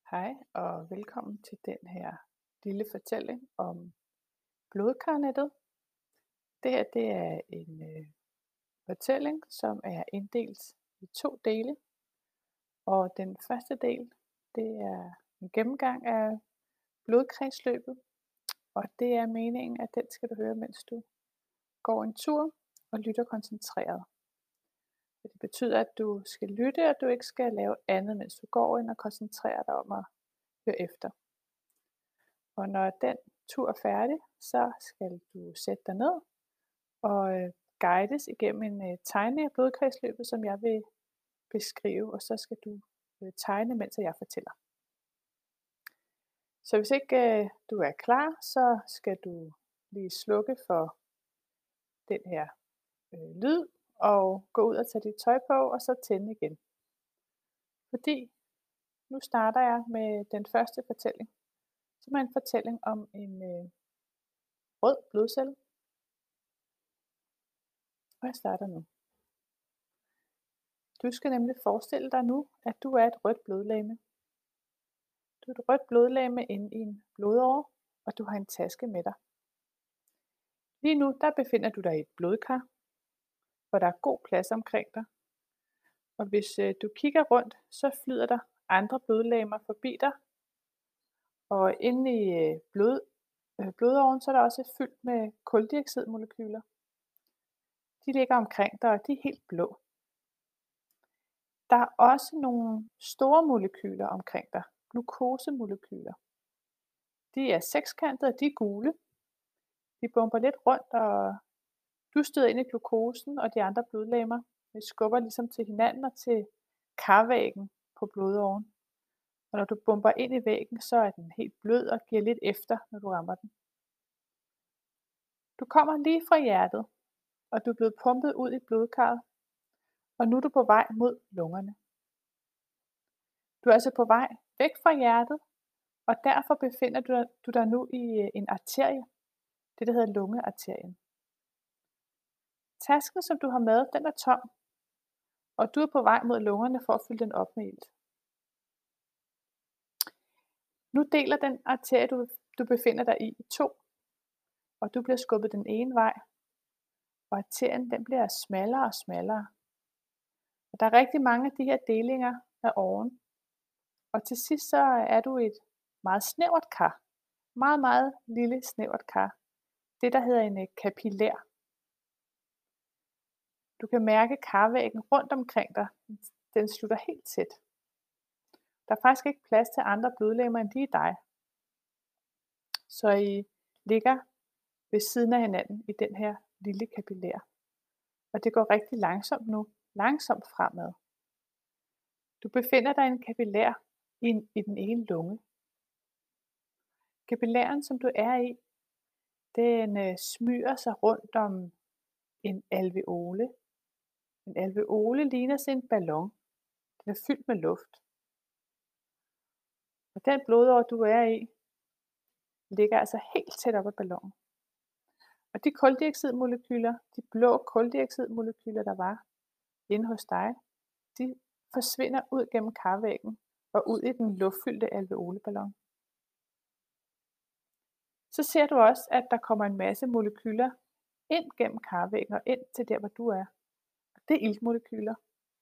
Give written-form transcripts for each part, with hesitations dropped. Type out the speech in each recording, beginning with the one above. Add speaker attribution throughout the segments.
Speaker 1: Hej og velkommen til den her lille fortælling om blodkarnettet. Det her det er en fortælling, som er inddelt i to dele. Og den første del, det er en gennemgang af blodkredsløbet. Og det er meningen, at den skal du høre, mens du går en tur og lytter koncentreret. Det betyder, at du skal lytte, og du ikke skal lave andet, mens du går ind og koncentrerer dig om at høre efter. Og når den tur er færdig, så skal du sætte dig ned og guides igennem en tegning af blodkredsløbet, som jeg vil beskrive, og så skal du tegne, mens jeg fortæller. Så hvis ikke du er klar, så skal du lige slukke for den her lyd, og gå ud og tage dit tøj på, og så tænde igen. Fordi nu starter jeg med den første fortælling, som er en fortælling om en rød blodcelle. Og jeg starter nu. Du skal nemlig forestille dig nu, at du er et rødt blodlegeme. Du er et rødt blodlegeme inde i en blodåre, og du har en taske med dig. Lige nu der befinder du dig i et blodkar, hvor der er god plads omkring dig. Og hvis du kigger rundt, så flyder der andre blodlegemer forbi dig. Og inde i blodåren så er der også fyldt med kuldioxidmolekyler. De ligger omkring dig, og de er helt blå. Der er også nogle store molekyler omkring dig, glukosemolekyler. De er sekskantede, og de er gule. De bomber lidt rundt, og du støder ind i glukosen og de andre blodlegemer. De skubber ligesom til hinanden og til karvæggen på blodåren. Og når du bomber ind i væggen, så er den helt blød og giver lidt efter, når du rammer den. Du kommer lige fra hjertet, og du er blevet pumpet ud i blodkarret, og nu er du på vej mod lungerne. Du er altså på vej væk fra hjertet, og derfor befinder du dig nu i en arterie, det der hedder lungearterien. Tasken, som du har med, den er tom, og du er på vej mod lungerne for at fylde den op med ilt. Nu deler den arterie, du befinder dig i to, og du bliver skubbet den ene vej, og arterien den bliver smallere og smallere. Og der er rigtig mange af de her delinger af åren, og til sidst så er du et meget snævert kar, meget, meget lille snævert kar, det der hedder en kapillær. Du kan mærke karvæggen rundt omkring dig, den slutter helt tæt. Der er faktisk ikke plads til andre blodlegemer end lige dig. Så I ligger ved siden af hinanden i den her lille kapillær. Og det går rigtig langsomt nu, langsomt fremad. Du befinder dig i en kapillær i den ene lunge. Kapillæren, som du er i, den smyger sig rundt om en alveole. En alveole ligner sådan en ballon. Den er fyldt med luft. Og den blodåre, du er i, ligger altså helt tæt op ad ballonen. Og de kuldioxidmolekyler, de blå kuldioxidmolekyler, der var inde hos dig, de forsvinder ud gennem karvæggen og ud i den luftfyldte alveoleballon. Så ser du også, at der kommer en masse molekyler ind gennem karvæggen og ind til der, hvor du er. Og det er iltmolekyler.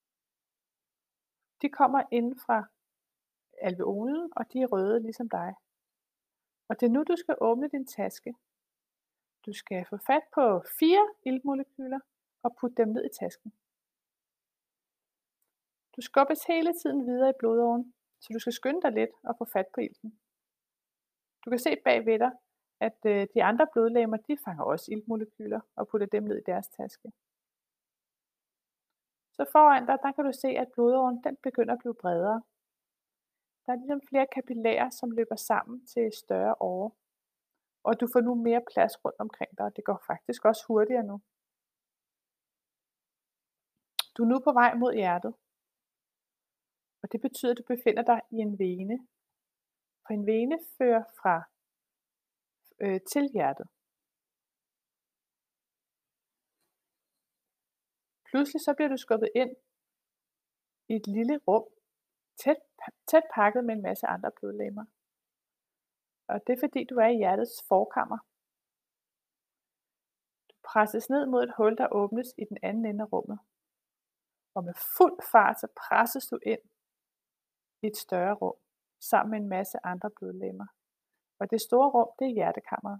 Speaker 1: De kommer ind fra alveolen, og de er røde ligesom dig. Og det er nu, du skal åbne din taske. Du skal få fat på 4 iltmolekyler og putte dem ned i tasken. Du skubbes hele tiden videre i blodåren, så du skal skynde dig lidt og få fat på ilten. Du kan se bag ved dig, at de andre blodlegemer, de fanger også iltmolekyler og putter dem ned i deres taske. Så foran dig, der kan du se, at blodåren den begynder at blive bredere. Der er ligesom flere kapillærer, som løber sammen til større årer. Og du får nu mere plads rundt omkring dig, og det går faktisk også hurtigere nu. Du er nu på vej mod hjertet. Og det betyder, at du befinder dig i en vene. For en vene fører fra til hjertet. Pludselig så bliver du skubbet ind i et lille rum, tæt tæt pakket med en masse andre blodlegemer. Og det er fordi, du er i hjertets forkammer. Du presses ned mod et hul, der åbnes i den anden ende af rummet. Og med fuld fart, så presses du ind i et større rum, sammen med en masse andre blodlegemer. Og det store rum, det er hjertekammeret.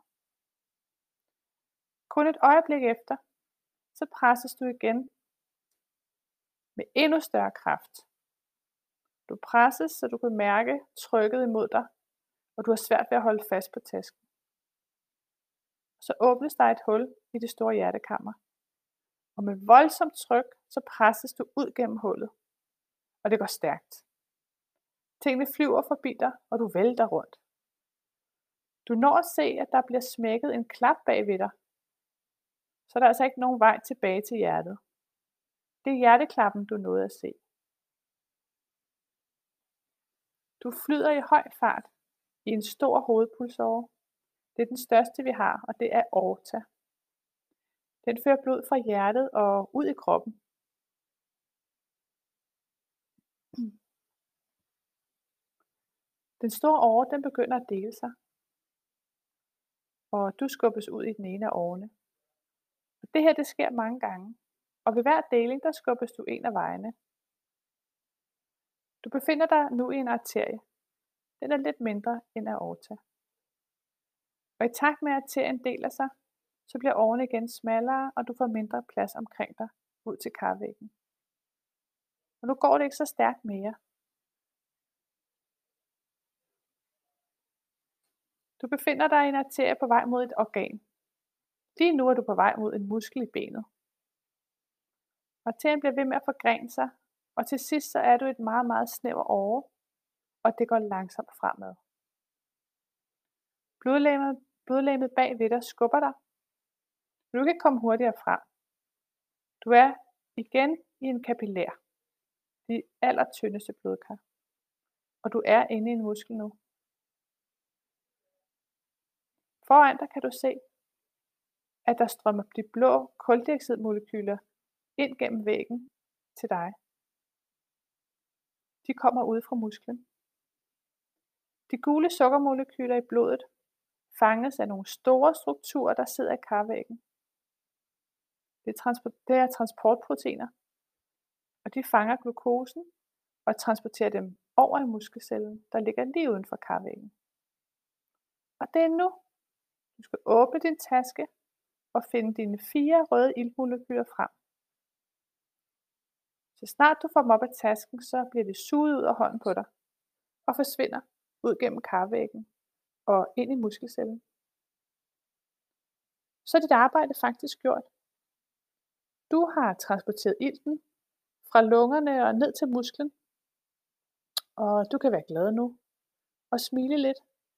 Speaker 1: Kun et øjeblik efter, så presses du igen med endnu større kraft. Du presses, så du kan mærke trykket imod dig, og du har svært ved at holde fast på tasken. Så åbnes der et hul i det store hjertekammer. Og med voldsomt tryk, så presses du ud gennem hullet. Og det går stærkt. Tingene flyver forbi dig, og du vælter rundt. Du når at se, at der bliver smækket en klap bag ved dig. Så der er altså ikke nogen vej tilbage til hjertet. Det er hjerteklappen, du nåede at se. Du flyder i høj fart i en stor hovedpulsåre. Det er den største, vi har, og det er aorta. Den fører blod fra hjertet og ud i kroppen. Den store åre, den begynder at dele sig, og du skubbes ud i den ene af årene. Og det her, det sker mange gange, og ved hver deling, der skubbes du en af vejene. Du befinder dig nu i en arterie. Den er lidt mindre end aorta. Og i takt med, at arterien deler sig, så bliver årene igen smallere, og du får mindre plads omkring dig ud til karvæggen. Og nu går det ikke så stærkt mere. Du befinder dig i en arterie på vej mod et organ. Lige nu er du på vej mod en muskel i benet. Arterien bliver ved med at forgrene sig, og til sidst så er du et meget, meget snæver åre, og det går langsomt fremad. Blodlegemet bag ved dig skubber dig, men du kan ikke komme hurtigere frem. Du er igen i en kapillær, de allertyndeste blodkar, og du er inde i en muskel nu. Foran dig kan du se, at der strømmer de blå kuldioxidmolekyler ind gennem væggen til dig. De kommer ud fra musklen. De gule sukkermolekyler i blodet fanges af nogle store strukturer, der sidder i karvæggen. Det er transportproteiner, og de fanger glukosen og transporterer dem over i muskelcellen, der ligger lige uden for karvæggen. Og det er nu, du skal åbne din taske og finde dine 4 røde iltmolekyler frem. Så snart du får dem op af tasken, så bliver det suget ud af hånden på dig og forsvinder ud gennem karvæggen og ind i muskelcellen. Så er dit arbejde faktisk gjort. Du har transporteret ilten fra lungerne og ned til musklen, og du kan være glad nu og smile lidt.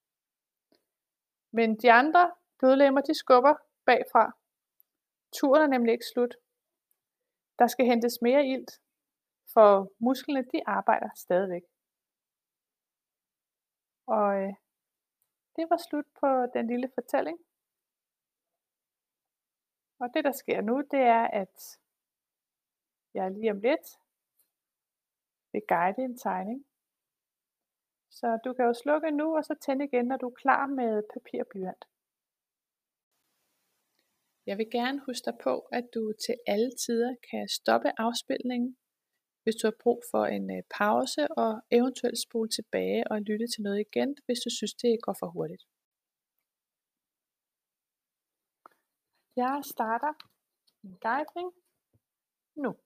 Speaker 1: Men de andre blodlegemer, de skubber bagfra. Turen er nemlig ikke slut. Der skal hentes mere ilt, for musklerne, de arbejder stadigvæk. Og det var slut på den lille fortælling. Og det, der sker nu, det er, at jeg lige om lidt vil guide en tegning. Så du kan jo slukke nu, og så tænde igen, når du er klar med papir og blyant. Jeg vil gerne huske dig på, at du til alle tider kan stoppe afspilningen, hvis du har brug for en pause, og eventuelt spole tilbage og lytte til noget igen, hvis du synes, det går for hurtigt. Jeg starter en guidning nu.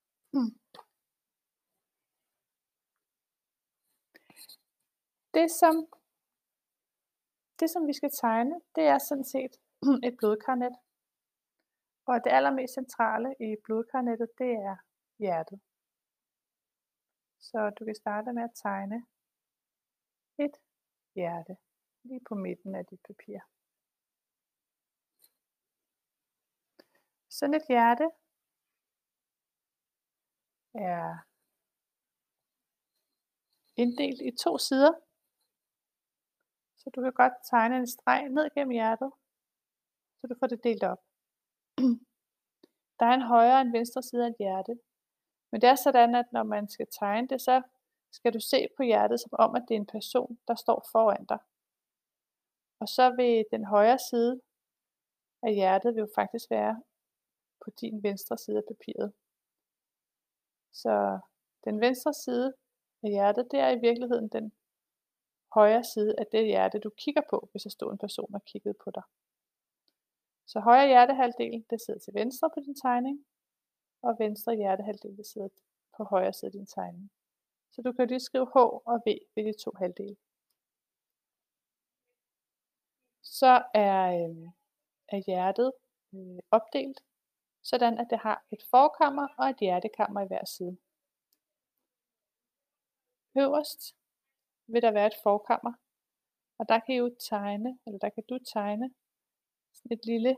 Speaker 1: Det som vi skal tegne, det er sådan set et blodkarnet. Og det allermest centrale i blodkarnettet, det er hjertet. Så du kan starte med at tegne et hjerte lige på midten af dit papir. Sådan et hjerte er inddelt i 2 sider. Så du kan godt tegne en streg ned gennem hjertet, så du får det delt op. Der er en højre og en venstre side af et hjerte. Men det er sådan, at når man skal tegne det, så skal du se på hjertet som om, at det er en person, der står foran dig. Og så vil den højre side af hjertet vil jo faktisk være på din venstre side af papiret. Så den venstre side af hjertet, det er i virkeligheden den højre side af det hjerte, du kigger på, hvis der stod en person og kiggede på dig. Så højre hjertehalvdel, det sidder til venstre på din tegning, og venstre hjertehalvdel, det sidder på højre side af din tegning. Så du kan lige skrive H og V ved de to halvdele. Så er hjertet opdelt, sådan at det har et forkammer og et hjertekammer i hver side. Øverst vil der være et forkammer, og der kan du tegne sådan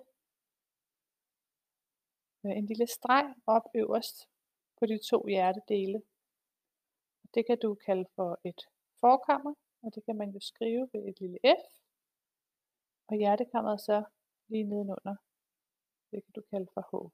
Speaker 1: en lille streg op øverst på de to hjertedele. Det kan du kalde for et forkammer, og det kan man jo skrive ved et lille F, og hjertekammeret så lige nedenunder, det kan du kalde for H.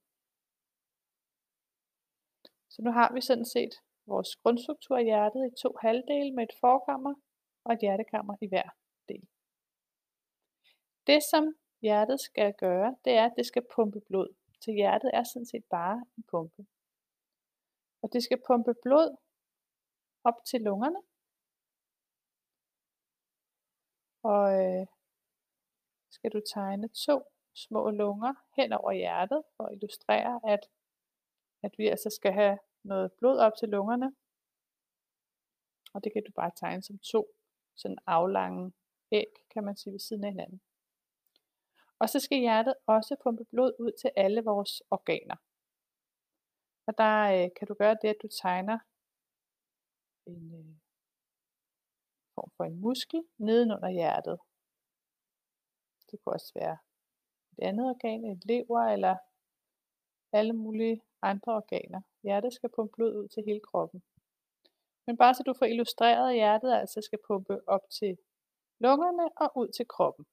Speaker 1: Så nu har vi sådan set vores grundstruktur af hjertet i to halvdele med et forkammer og et hjertekammer i hver del. Det som hjertet skal gøre, det er, at det skal pumpe blod. Så hjertet er sådan set bare en pumpe. Og det skal pumpe blod op til lungerne. Og skal du tegne to små lunger hen over hjertet for at illustrere, at vi altså skal have noget blod op til lungerne. Og det kan du bare tegne som to sådan aflange æg, kan man sige, ved siden af hinanden. Og så skal hjertet også pumpe blod ud til alle vores organer. Og der kan du gøre det, at du tegner en form for en muskel nedenunder hjertet. Det kunne også være et andet organ, et lever eller alle mulige andre organer. Hjertet skal pumpe blod ud til hele kroppen. Men bare så du får illustreret, at hjertet altså skal pumpe op til lungerne og ud til kroppen.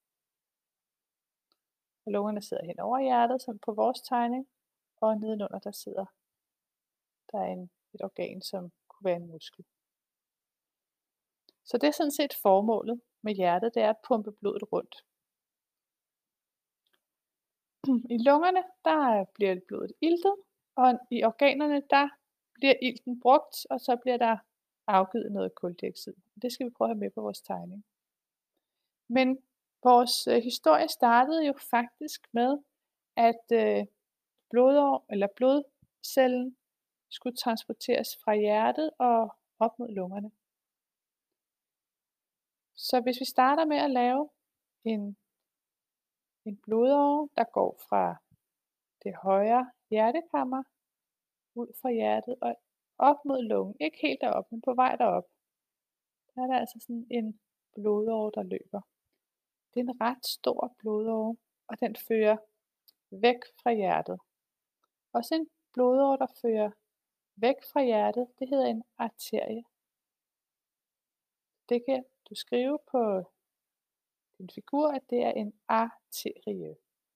Speaker 1: Og lungerne sidder hen over hjertet, som på vores tegning, og nedenunder der sidder der et organ, som kunne være en muskel. Så det er sådan set formålet med hjertet, det er at pumpe blodet rundt. I lungerne, der bliver blodet iltet, og i organerne, der bliver ilten brugt, og så bliver der afgivet noget kuldioxid. Det skal vi prøve at have med på vores tegning. Men vores historie startede jo faktisk med, at blodcellen skulle transporteres fra hjertet og op mod lungerne. Så hvis vi starter med at lave en blodåre, der går fra det højre hjertekammer ud fra hjertet og op mod lungen. Ikke helt derop, men på vej derop. Der er der altså sådan en blodåre, der løber. Det er en ret stor blodåre, og den fører væk fra hjertet. Også en blodåre, der fører væk fra hjertet, det hedder en arterie. Det kan du skrive på din figur, at det er en arterie.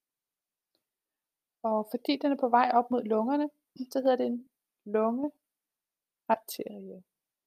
Speaker 1: Og fordi den er på vej op mod lungerne, så hedder det en lungearterie.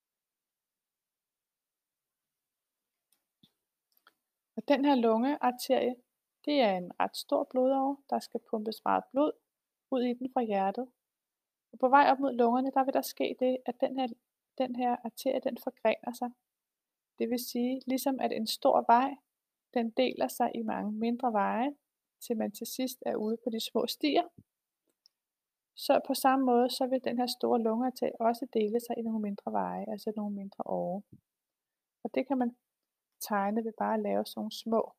Speaker 1: Og den her lungearterie, det er en ret stor blodåre, der skal pumpes meget blod ud i den fra hjertet. Og på vej op mod lungerne, der vil der ske det, at den her arterie, den forgrener sig. Det vil sige, ligesom at en stor vej, den deler sig i mange mindre veje, til man til sidst er ude på de små stier. Så på samme måde, så vil den her store lungearterie også dele sig i nogle mindre veje, altså nogle mindre årer. Og det kan man tegne ved bare at lave sådan nogle små,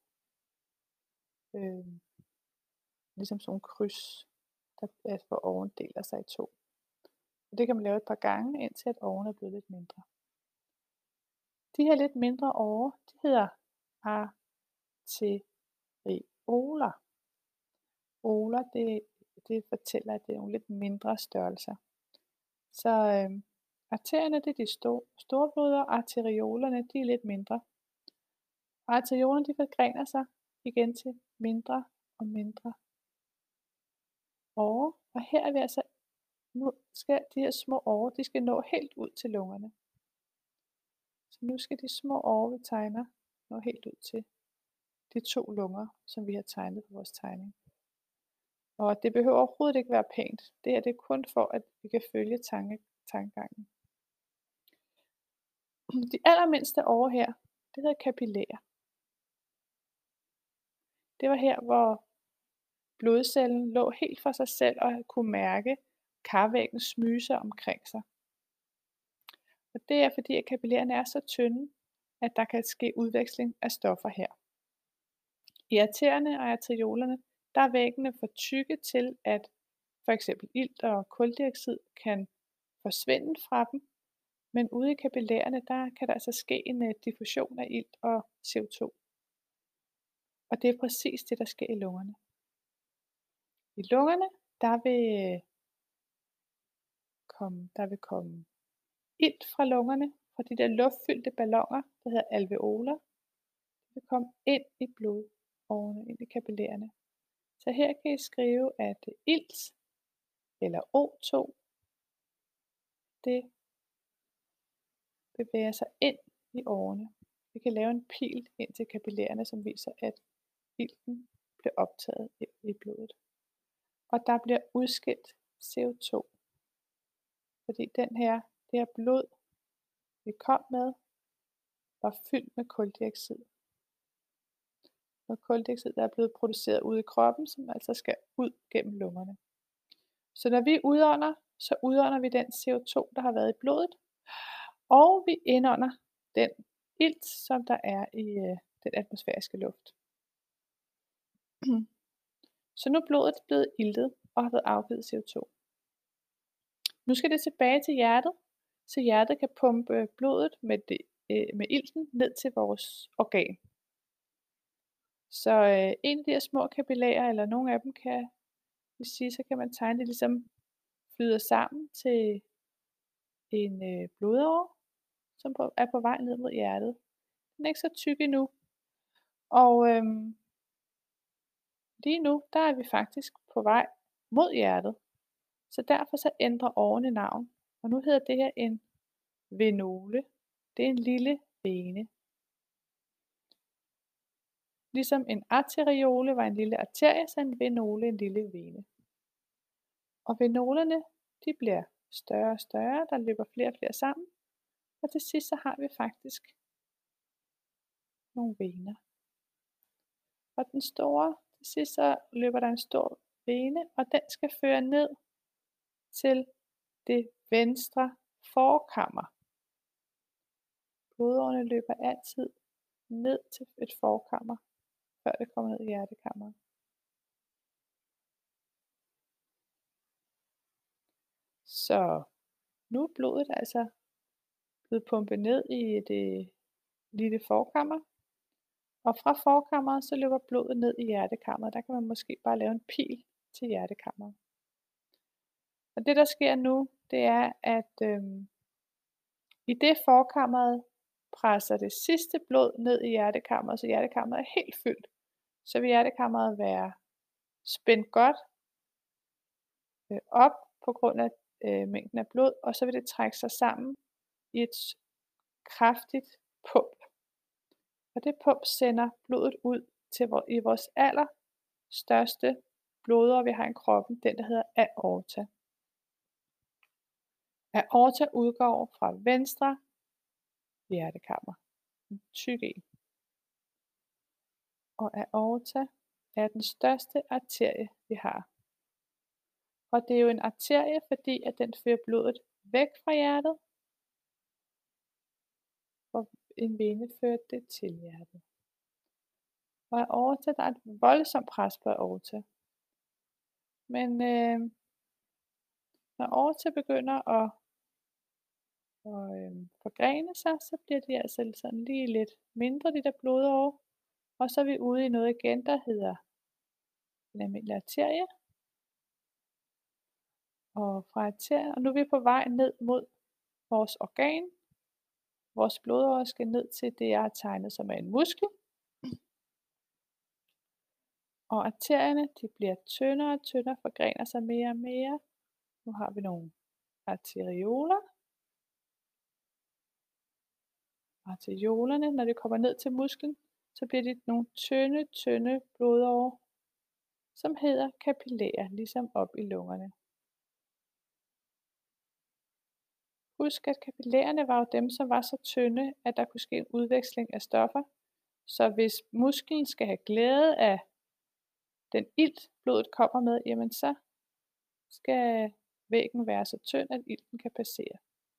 Speaker 1: ligesom sådan nogle kryds, hvor åren deler sig i to. Og det kan man lave et par gange, indtil at åren er blevet lidt mindre. De her lidt mindre årer, de hedder arterioler. Oler, det fortæller, at det er nogle lidt mindre størrelser. Så arterierne, det er de store blodårer, arteriolerne, de er lidt mindre. Og arteriolerne, de forgrener sig igen til mindre og mindre årer. Og her er vi altså, nu skal de her små årer, de skal nå helt ud til lungerne. Så nu skal de små årer, vi tegner, nå helt ud til de 2 lunger, som vi har tegnet på vores tegning. Og det behøver overhovedet ikke være pænt. Det her det er kun for, at vi kan følge tankegangen. De allermindste årer her, det hedder kapillærer. Det var her, hvor blodcellen lå helt for sig selv og kunne mærke karvæggen smyge sig omkring sig. Og det er fordi, at kapillærerne er så tynde, at der kan ske udveksling af stoffer her. I arterierne og arteriolerne, der er væggene for tykke til, at for eksempel ilt og kuldioxid kan forsvinde fra dem, men ude i kapillærerne, der kan der altså ske en diffusion af ilt og CO2. Og det er præcis det, der sker i lungerne. I lungerne, der vil komme ilt fra lungerne, fra de der luftfyldte balloner, der hedder alveoler. Det vil komme ind i blodårene, ind i kapillærerne. Så her kan I skrive, at ilt eller O2, det bevæger sig ind i årene. Vi kan lave en pil ind til kapillærerne, som viser, at ilten bliver optaget i blodet. Og der bliver udskilt CO2, fordi det her blod, vi kom med, var fyldt med kuldioxid. Og kuldioxid, der er blevet produceret ude i kroppen, som altså skal ud gennem lungerne. Så når vi udånder, så udånder vi den CO2, der har været i blodet, og vi indånder den ilt, som der er i den atmosfæriske luft. Så nu er blodet blevet iltet og har fået afgivet CO2. Nu skal det tilbage til hjertet, så hjertet kan pumpe blodet med ilten ned til vores organ. Så en af de her små kapillærer, eller nogle af dem kan vi sige, så kan man tegne det ligesom flyder sammen til en blodåre, som er på vej ned mod hjertet. Den er ikke så tyk endnu. Og lige nu, der er vi faktisk på vej mod hjertet. Så derfor så ændrer årene navn. Og nu hedder det her en venole. Det er en lille vene. Ligesom en arteriole var en lille arterie, så en venole en lille vene. Og venolerne, de bliver større og større, der løber flere og flere sammen. Og til sidst så har vi faktisk nogle vener. Og til sidst så løber der en stor vene, og den skal føre ned til det venstre forkammer. Blodårene løber altid ned til et forkammer, før det kommer ned i hjertekammeret. Så nu er blodet altså blevet pumpet ned i det lille forkammer, og fra forkammeret så løber blodet ned i hjertekammeret. Der kan man måske bare lave en pil til hjertekammeret. Og det der sker nu, det er, at i det forkammeret presser det sidste blod ned i hjertekammeret, så hjertekammeret er helt fyldt. Så vil hjertekammeret være spændt godt op på grund af mængden af blod, og så vil det trække sig sammen i et kraftigt pump. Og det pump sender blodet ud til i vores allerstørste blodåre, vi har i kroppen, den der hedder aorta. Aorta udgår fra venstre hjertekammer, en tyk en. Og aorta er den største arterie, vi har. Og det er jo en arterie, fordi at den fører blodet væk fra hjertet, og en vene fører det til hjertet. Og aorta, der er et voldsomt pres på aorta. Men når aorta begynder at forgrene sig, så bliver de altså sådan lige lidt mindre, de der blodårer. Og så er vi ude i noget igen, der hedder en almindelig arterie. Og fra arterie, og nu er vi på vej ned mod vores organ. Vores blodårer skal ned til det, jeg har tegnet, som er en muskel. Og arterierne, de bliver tyndere og tyndere, forgrener sig mere og mere. Nu har vi nogle arterioler. arteriolerne, når det kommer ned til musklen, så bliver det nogle tynde blodårer, som hedder kapillærer, ligesom op i lungerne. Husk, at kapillærerne var jo dem, som var så tynde, at der kunne ske en udveksling af stoffer. Så hvis musklen skal have glæde af den ilt, blodet kommer med, jamen så skal væggen være så tynd, at ilten kan passere.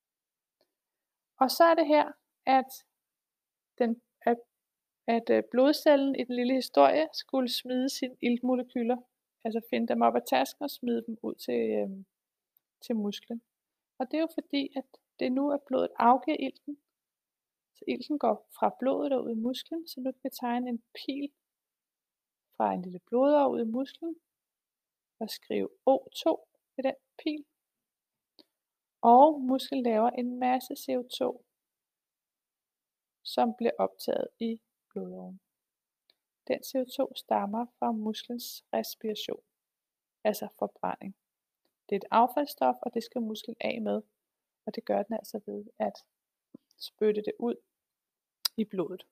Speaker 1: Og så er det her, den, at, at blodcellen i den lille historie skulle smide sine iltmolekyler, altså finde dem op af tasken og smide dem ud til musklen. Og det er jo fordi, at det er nu, at blodet afgiver ilten. Så ilten går fra blodet og ud i musklen, så nu kan vi tegne en pil fra en lille blodåre ud i musklen og skrive O2 ved den pil. Og musklen laver en masse CO2, som bliver optaget i blodåren. Den CO2 stammer fra musklens respiration, altså forbrænding. Det er et affaldsstof, og det skal musklen af med, og det gør den altså ved at spytte det ud i blodet.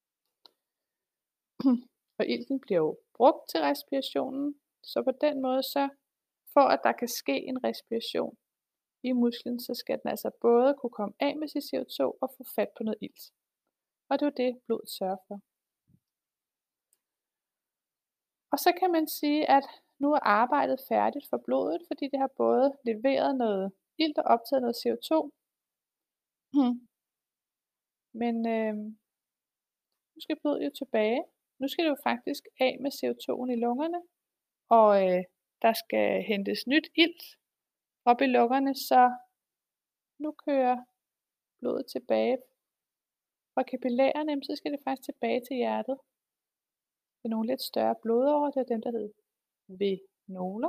Speaker 1: Og ilten bliver jo brugt til respirationen, så på den måde, så for at der kan ske en respiration i musklen, så skal den altså både kunne komme af med sit CO2 og få fat på noget ilt. Og det er jo det, blodet sørger for. Og så kan man sige, at nu er arbejdet færdigt for blodet, fordi det har både leveret noget ilt og optaget noget CO2. Men nu skal blodet jo tilbage. Nu skal det jo faktisk af med CO2'en i lungerne, og der skal hentes nyt ilt op i lungerne, så nu kører blodet tilbage fra kapillærerne, så skal det faktisk tilbage til hjertet. Det er nogle lidt større blodårer, det er dem, der hedder venoler.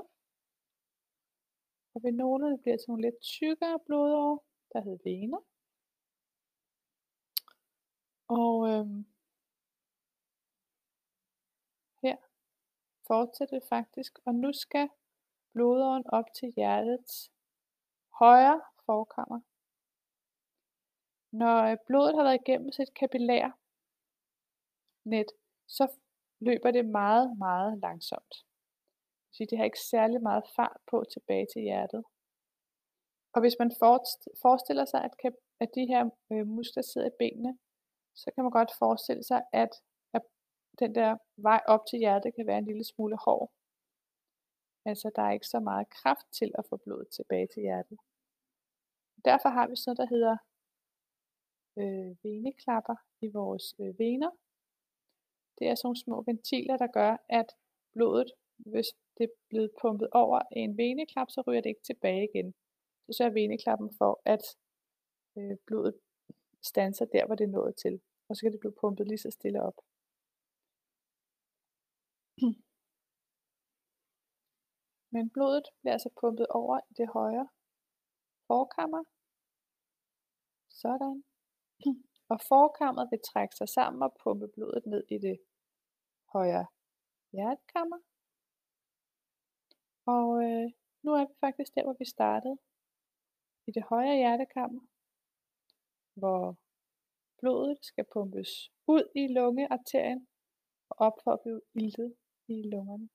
Speaker 1: Og venolerne bliver til nogle lidt tykkere blodårer, der hedder vener. Og her fortsætter det faktisk, og nu skal blodåren op til hjertets højre forkammer. Når blodet har været igennem sit kapillærnet, så løber det meget, meget langsomt. Så det har ikke særlig meget fart på tilbage til hjertet. Og hvis man forestiller sig, at de her muskler sidder i benene, så kan man godt forestille sig, at den der vej op til hjertet kan være en lille smule hård. Altså der er ikke så meget kraft til at få blodet tilbage til hjertet. Derfor har vi sådan noget, der hedder veneklapper i vores vener. Det er sådan nogle små ventiler, der gør, at blodet, hvis det er blevet pumpet over i en veneklap, så ryger det ikke tilbage igen. Så sørger veneklappen for, at blodet standser der, hvor det er nået til. Og så kan det blive pumpet lige så stille op. Men blodet bliver altså pumpet over i det højre forkammer. Sådan. Og forkammeret vil trække sig sammen og pumpe blodet ned i det højre hjertekammer. Og nu er vi faktisk der, hvor vi startede. I det højre hjertekammer, hvor blodet skal pumpes ud i lungearterien og op for at blive iltet i lungerne.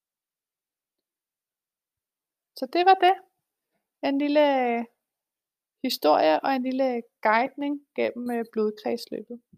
Speaker 1: Så det var det. En lille historie og en lille guidning gennem blodkredsløbet.